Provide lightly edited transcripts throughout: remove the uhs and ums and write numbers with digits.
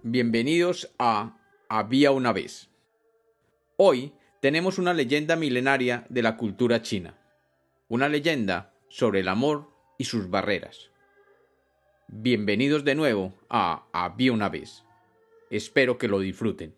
Bienvenidos a Había una vez. Hoy tenemos una leyenda milenaria de la cultura china. Una leyenda sobre el amor y sus barreras. Bienvenidos de nuevo a Había una vez. Espero que lo disfruten.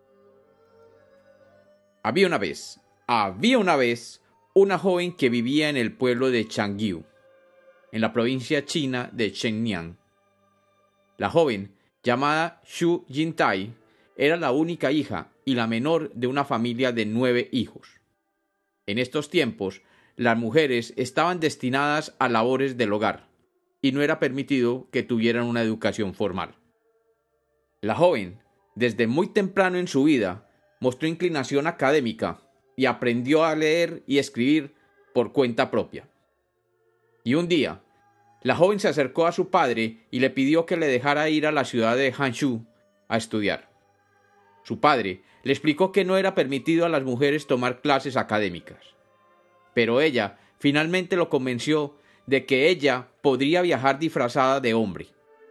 Había una vez una joven que vivía en el pueblo de Changyu, en la provincia china de Shenyang. La joven, llamada Xu Jintai, era la única hija y la menor de una familia de 9 hijos. En estos tiempos, las mujeres estaban destinadas a labores del hogar, y no era permitido que tuvieran una educación formal. La joven, desde muy temprano en su vida, mostró inclinación académica y aprendió a leer y escribir por cuenta propia. Y un día, la joven se acercó a su padre y le pidió que le dejara ir a la ciudad de Hangzhou a estudiar. Su padre le explicó que no era permitido a las mujeres tomar clases académicas. Pero ella finalmente lo convenció de que ella podría viajar disfrazada de hombre.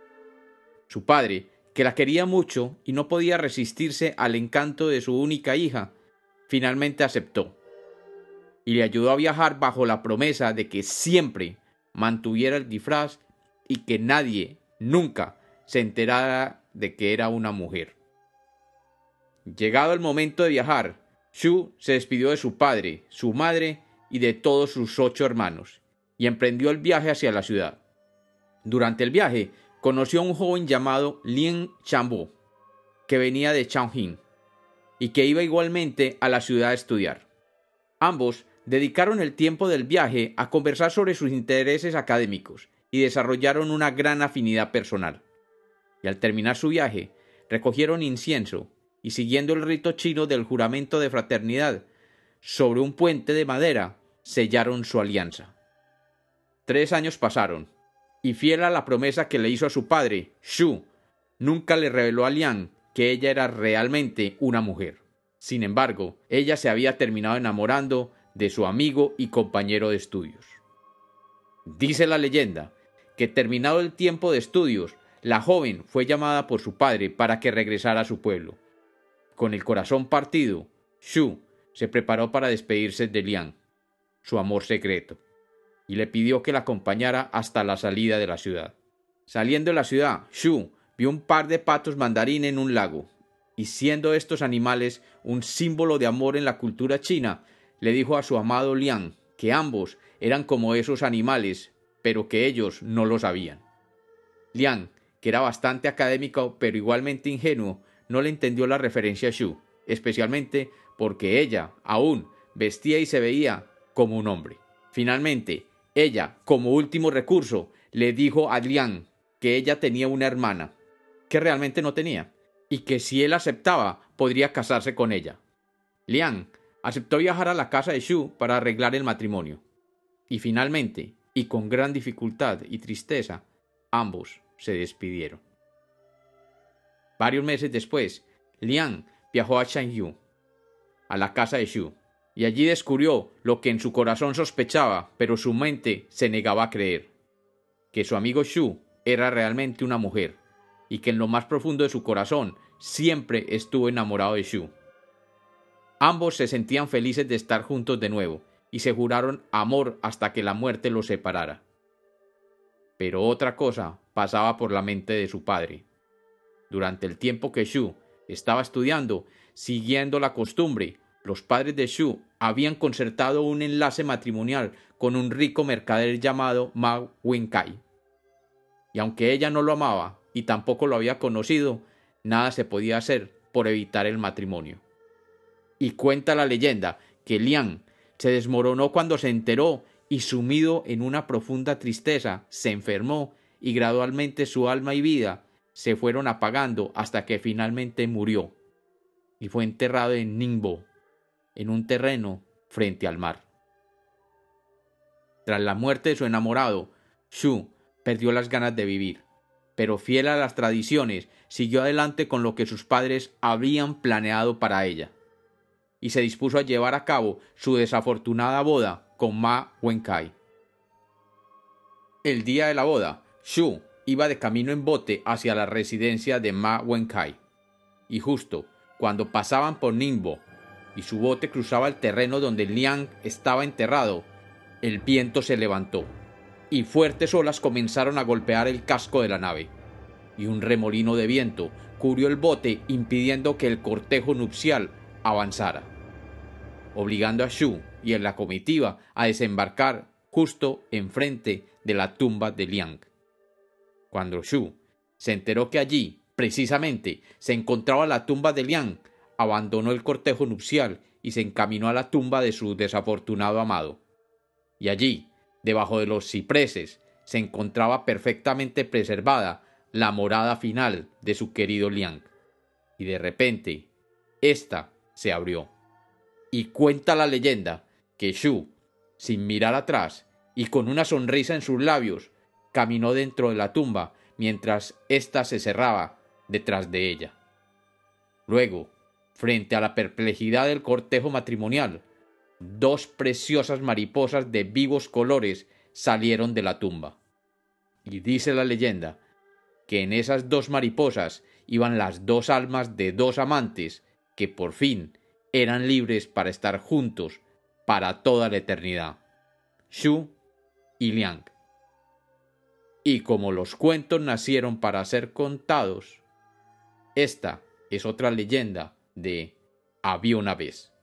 Su padre, que la quería mucho y no podía resistirse al encanto de su única hija, finalmente aceptó y le ayudó a viajar bajo la promesa de que siempre mantuviera el disfraz y que nadie nunca se enterara de que era una mujer. Llegado el momento de viajar, Xu se despidió de su padre, su madre y de todos sus 8 hermanos, y emprendió el viaje hacia la ciudad. Durante el viaje, conoció a un joven llamado Lin Changbo, que venía de Chongqing, y que iba igualmente a la ciudad a estudiar. Ambos dedicaron el tiempo del viaje a conversar sobre sus intereses académicos y desarrollaron una gran afinidad personal. Y al terminar su viaje, recogieron incienso y, siguiendo el rito chino del juramento de fraternidad, sobre un puente de madera, sellaron su alianza. 3 años pasaron, y fiel a la promesa que le hizo a su padre, Xu nunca le reveló a Liang que ella era realmente una mujer. Sin embargo, ella se había terminado enamorando de su amigo y compañero de estudios. Dice la leyenda que, terminado el tiempo de estudios, la joven fue llamada por su padre para que regresara a su pueblo. Con el corazón partido, Xu se preparó para despedirse de Liang, su amor secreto, y le pidió que la acompañara hasta la salida de la ciudad. Saliendo de la ciudad, Xu vio un par de patos mandarín en un lago, y siendo estos animales un símbolo de amor en la cultura china, le dijo a su amado Liang que ambos eran como esos animales, pero que ellos no lo sabían. Liang, que era bastante académico pero igualmente ingenuo, no le entendió la referencia a Xu, especialmente porque ella aún vestía y se veía como un hombre. Finalmente, ella, como último recurso, le dijo a Liang que ella tenía una hermana, que realmente no tenía, y que si él aceptaba, podría casarse con ella. Liang aceptó viajar a la casa de Xu para arreglar el matrimonio. Y finalmente, y con gran dificultad y tristeza, ambos se despidieron. Varios meses después, Liang viajó a Changyu, a la casa de Xu, y allí descubrió lo que en su corazón sospechaba, pero su mente se negaba a creer: que su amigo Xu era realmente una mujer, y que en lo más profundo de su corazón siempre estuvo enamorado de Xu. Ambos se sentían felices de estar juntos de nuevo, y se juraron amor hasta que la muerte los separara. Pero otra cosa pasaba por la mente de su padre. Durante el tiempo que Xu estaba estudiando, siguiendo la costumbre, los padres de Xu habían concertado un enlace matrimonial con un rico mercader llamado Ma Wenkai. Y aunque ella no lo amaba y tampoco lo había conocido, nada se podía hacer por evitar el matrimonio. Y cuenta la leyenda que Liang se desmoronó cuando se enteró y, sumido en una profunda tristeza, se enfermó y gradualmente su alma y vida se fueron apagando hasta que finalmente murió y fue enterrado en Ningbo, en un terreno frente al mar. Tras la muerte de su enamorado, Xu perdió las ganas de vivir, pero fiel a las tradiciones, siguió adelante con lo que sus padres habían planeado para ella, y se dispuso a llevar a cabo su desafortunada boda con Ma Wenkai. El día de la boda, Xu iba de camino en bote hacia la residencia de Ma Wenkai, y justo cuando pasaban por Ningbo y su bote cruzaba el terreno donde Liang estaba enterrado, el viento se levantó y fuertes olas comenzaron a golpear el casco de la nave, y un remolino de viento cubrió el bote impidiendo que el cortejo nupcial avanzara, obligando a Shu y a la comitiva a desembarcar justo enfrente de la tumba de Liang. Cuando Shu se enteró que allí, precisamente, se encontraba la tumba de Liang, abandonó el cortejo nupcial y se encaminó a la tumba de su desafortunado amado. Y allí, debajo de los cipreses, se encontraba perfectamente preservada la morada final de su querido Liang. Y de repente, ésta se abrió. Y cuenta la leyenda que Shu, sin mirar atrás y con una sonrisa en sus labios, caminó dentro de la tumba mientras ésta se cerraba detrás de ella. Luego, frente a la perplejidad del cortejo matrimonial, 2 preciosas mariposas de vivos colores salieron de la tumba. Y dice la leyenda que en esas 2 mariposas iban las 2 almas de 2 amantes que por fin eran libres para estar juntos para toda la eternidad, Shu y Liang. Y como los cuentos nacieron para ser contados, esta es otra leyenda de Había una vez.